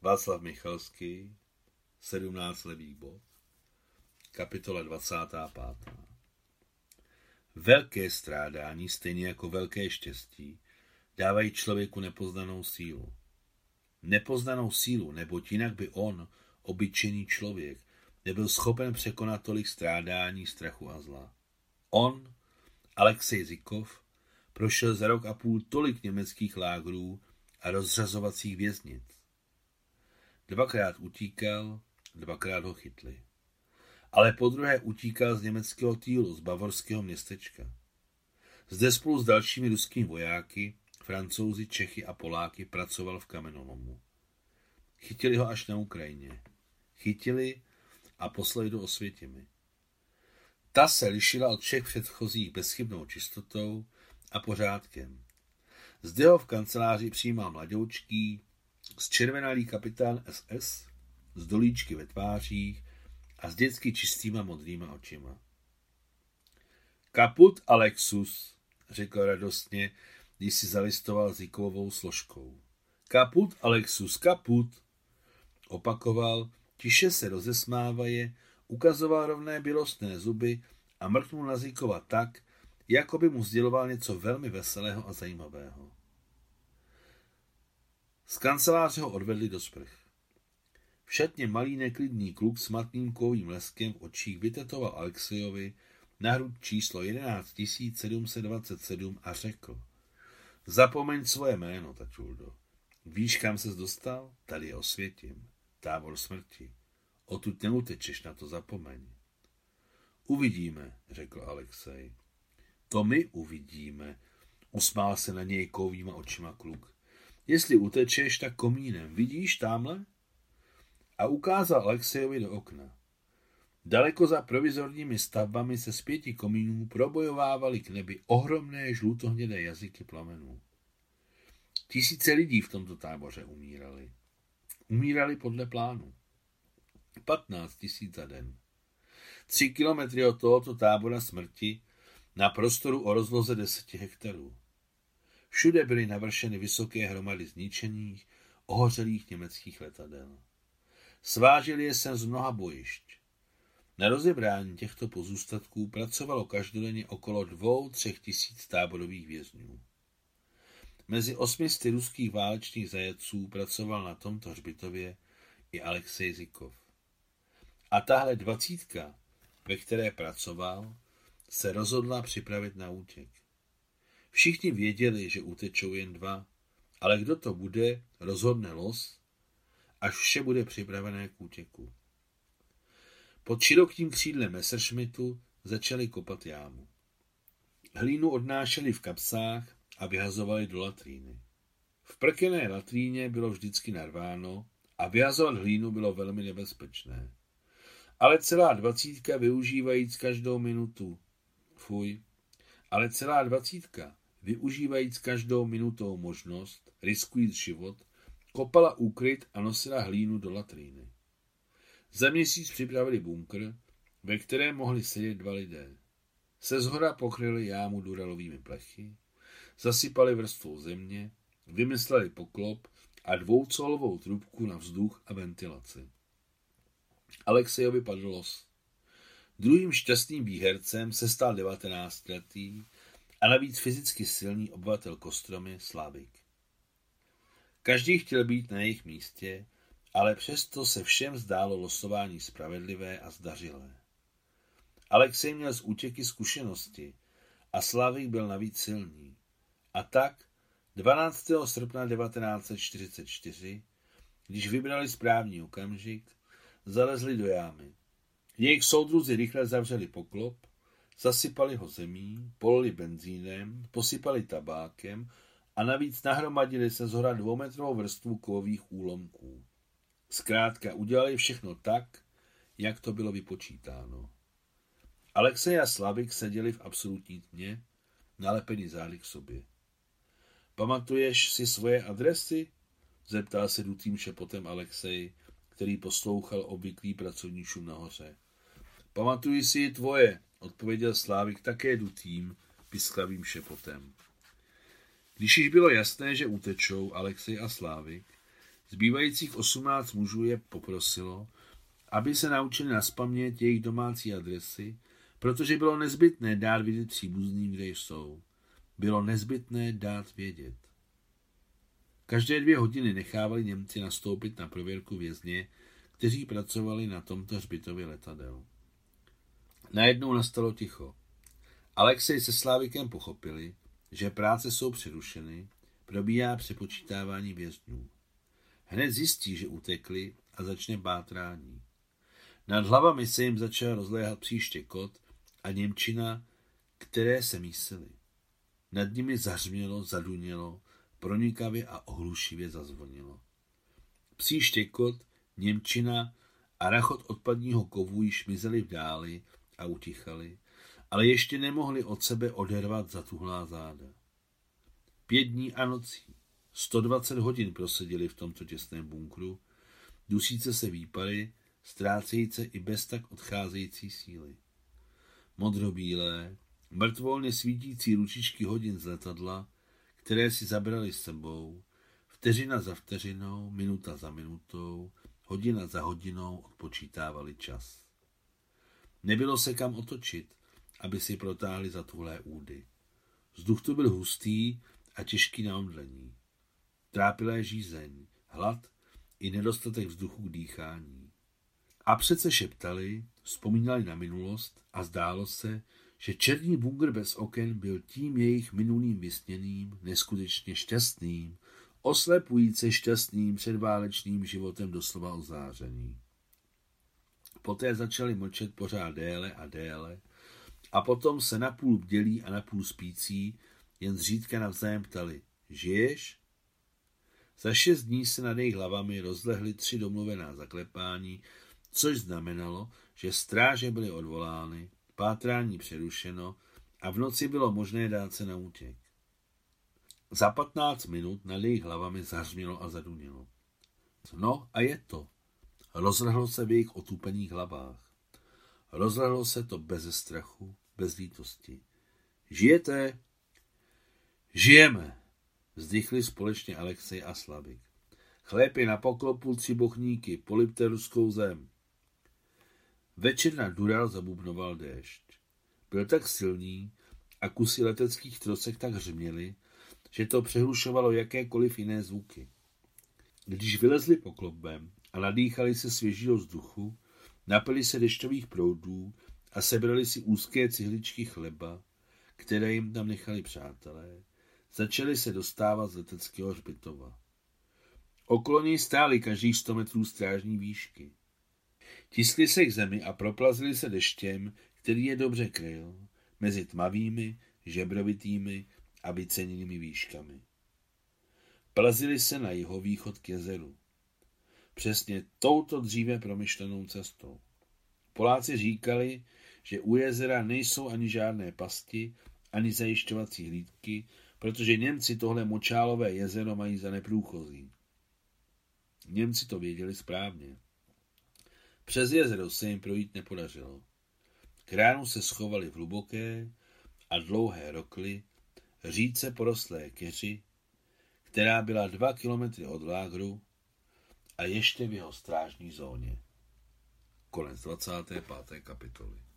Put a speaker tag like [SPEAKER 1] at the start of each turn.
[SPEAKER 1] Václav Michalský, 17 levých bod, kapitola 25. Velké strádání, stejně jako velké štěstí, dávají člověku nepoznanou sílu. Nepoznanou sílu, neboť jinak by on, obyčejný člověk, nebyl schopen překonat tolik strádání, strachu a zla. On, Alexej Zykov, prošel za rok a půl tolik německých lágrů a rozřazovacích věznic. Dvakrát utíkal, dvakrát ho chytli. Ale podruhé utíkal z německého týlu, z bavorského městečka. Zde spolu s dalšími ruskými vojáky, Francouzi, Čechy a Poláky pracoval v kamenolomu. Chytili ho až na Ukrajině. Chytili a poslali do Osvětimi. Ta se lišila od všech předchozích bezchybnou čistotou a pořádkem. Zde ho v kanceláři přijímal mladoučký, zčervenalý kapitán SS, s dolíčky ve tvářích a s dětsky čistýma modrýma očima. Kaput, Alexus, řekl radostně, když si zalistoval Zykovou složkou. Kaput, Alexus, kaput, opakoval, tiše se rozesmávaje, ukazoval rovné bělostné zuby a mrknul na Zykova tak, jako by mu sděloval něco velmi veselého a zajímavého. Z kanceláře ho odvedli do sprch. V šatně malý neklidný kluk s matným kovým leskem v očích vytetoval Alexejovi na hruď číslo 11727 a řekl: Zapomeň svoje jméno, tačuldo. Víš, kam ses dostal? Tady je Osvětim. Tábor smrti. Odtud neutečeš, na to zapomeň. Uvidíme, řekl Alexej. To my uvidíme, usmál se na něj kovýma očima kluk. Jestli utečeš, tak komínem. Vidíš tamhle? A ukázal Alexejovi do okna. Daleko za provizorními stavbami se z 5 komínů probojovávaly k nebi ohromné žlutohnědé jazyky plamenů. Tisíce lidí v tomto táboře umírali. Umírali podle plánu. 15 000 za den. 3 kilometry od tohoto tábora smrti na prostoru o rozloze 10 hektarů. Všude byly navršeny vysoké hromady zničených, ohořelých německých letadel. Sváželi je sem z mnoha bojišť. Na rozebrání těchto pozůstatků pracovalo každodenně okolo 2-3 tisíc táborových vězňů. Mezi 800 ruských válečných zajatců pracoval na tomto hřbitově i Alexej Zykov. A tahle 20, ve které pracoval, se rozhodla připravit na útěk. Všichni věděli, že utečou jen 2, ale kdo to bude, rozhodne los, až vše bude připravené k útěku. Pod širokým křídlem Messerschmittu začali kopat jámu. Hlínu odnášeli v kapsách a vyhazovali do latríny. V prkené latríně bylo vždycky narváno a vyhazovat hlínu bylo velmi nebezpečné. Ale celá 20 využívajíc každou minutu. Ale celá 20 využívajíc každou minutou možnost, riskujíc život, kopala úkryt a nosila hlínu do latríny. Za měsíc připravili bunkr, ve kterém mohli sedět 2 lidé. Se zhora pokryli jámu duralovými plechy, zasypali vrstvou země, vymysleli poklop a 2colovou trubku na vzduch a ventilaci. Alexejovi padl los. Druhým šťastným výhercem se stal 19letý a navíc fyzicky silný obyvatel Kostromy Slavik. Každý chtěl být na jejich místě, ale přesto se všem zdálo losování spravedlivé a zdařilé. Alexej měl z útěky zkušenosti a Slavik byl navíc silný. A tak 12. srpna 1944, když vybrali správný okamžik, zalezli do jámy. Jejich soudruzi rychle zavřeli poklop, zasypali ho zemí, polili benzínem, posypali tabákem a navíc nahromadili se zhora 2metrovou vrstvu kovových úlomků. Zkrátka udělali všechno tak, jak to bylo vypočítáno. Alexej a Slavik seděli v absolutní tmě, nalepení zády k sobě. Pamatuješ si svoje adresy? Zeptal se dutým šepotem Alexej, který poslouchal obvyklý pracovní šum nahoře. Pamatuji si i tvoje, odpověděl Slávik také dutým, pisklavým šepotem. Když již bylo jasné, že utečou Alexej a Slávik, Zbývajících 18 mužů je poprosilo, aby se naučili nazpamět jejich domácí adresy, protože bylo nezbytné dát vědět příbuzným, kde jsou. Bylo nezbytné dát vědět. Každé 2 hodiny nechávali Němci nastoupit na prověrku vězně, kteří pracovali na tomto hřbitově letadel. Najednou nastalo ticho. Alexej se Slávikem pochopili, že práce jsou přerušeny, probíhá přepočítávání vězňů. Hned zjistí, že utekli a začne pátrání. Nad hlavami se jim začal rozléhat psí štěkot a němčina, které se mísily. Nad nimi zahřmělo, zadunělo, pronikavě a ohlušivě zazvonilo. Psí štěkot, němčina a rachot odpadního kovu již mizeli v dáli a utichali, ale ještě nemohli od sebe odervat zatuhlá záda. 5 dní a nocí, 120 hodin proseděli v tomto těsném bunkru, dusíce se výpary, ztrácejíce i bez tak odcházející síly. Modrobílé, mrtvolně svítící ručičky hodin z letadla, které si zabrali s sebou, vteřina za vteřinou, minuta za minutou, hodina za hodinou odpočítávali čas. Nebylo se kam otočit, aby si protáhli zatuhlé údy. Vzduch tu byl hustý a těžký na omdlení. Trápilé žízeň, hlad i nedostatek vzduchu k dýchání. A přece šeptali, vzpomínali na minulost a zdálo se, že černý bunkr bez oken byl tím jejich minulým vysněným, neskutečně šťastným, oslepujíce šťastným předválečným životem doslova ozářený. Poté začali mlčet pořád déle a déle a potom se napůl bdělí a napůl spící jen zřídka navzájem ptali: žiješ? Za 6 dní se nad jejich hlavami rozlehly 3 domluvená zaklepání, což znamenalo, že stráže byly odvolány, pátrání přerušeno a v noci bylo možné dát se na útěk. Za 15 minut nad jejich hlavami zahřmělo a zadunělo. No a je to. Rozlehlo se v jejich otupených hlavách. Rozlehlo se to beze strachu, bez lítosti. Žijete? Žijeme, vzdychli společně Alexej a Slavik. Chléby na poklopu, 3 bochníky, polipte ruskou zem. Večer nad Dural zabubnoval déšť. Byl tak silný a kusy leteckých trosek tak hřměly, že to přehlušovalo jakékoliv jiné zvuky. Když vylezli poklopem a nadýchali se svěžího vzduchu, napili se dešťových proudů a sebrali si úzké cihličky chleba, které jim tam nechali přátelé, začali se dostávat z leteckého hřbitova. Okolo něj stáli každých 100 metrů strážní výšky. Tiskli se k zemi a proplazili se deštěm, který je dobře kryl, mezi tmavými, žebrovitými a vyceněnými výškami. Plazili se na jihovýchod k jezeru. Přesně touto dříve promyšlenou cestou. Poláci říkali, že u jezera nejsou ani žádné pasti, ani zajišťovací hlídky, protože Němci tohle močálové jezero mají za neprůchozí. Němci to věděli správně. Přes jezero se jim projít nepodařilo. K ránu se schovali v hluboké a dlouhé rokly, řídce porostlé keři, která byla 2 kilometry od lágru a ještě v jeho strážní zóně. Konec 25. kapitoly.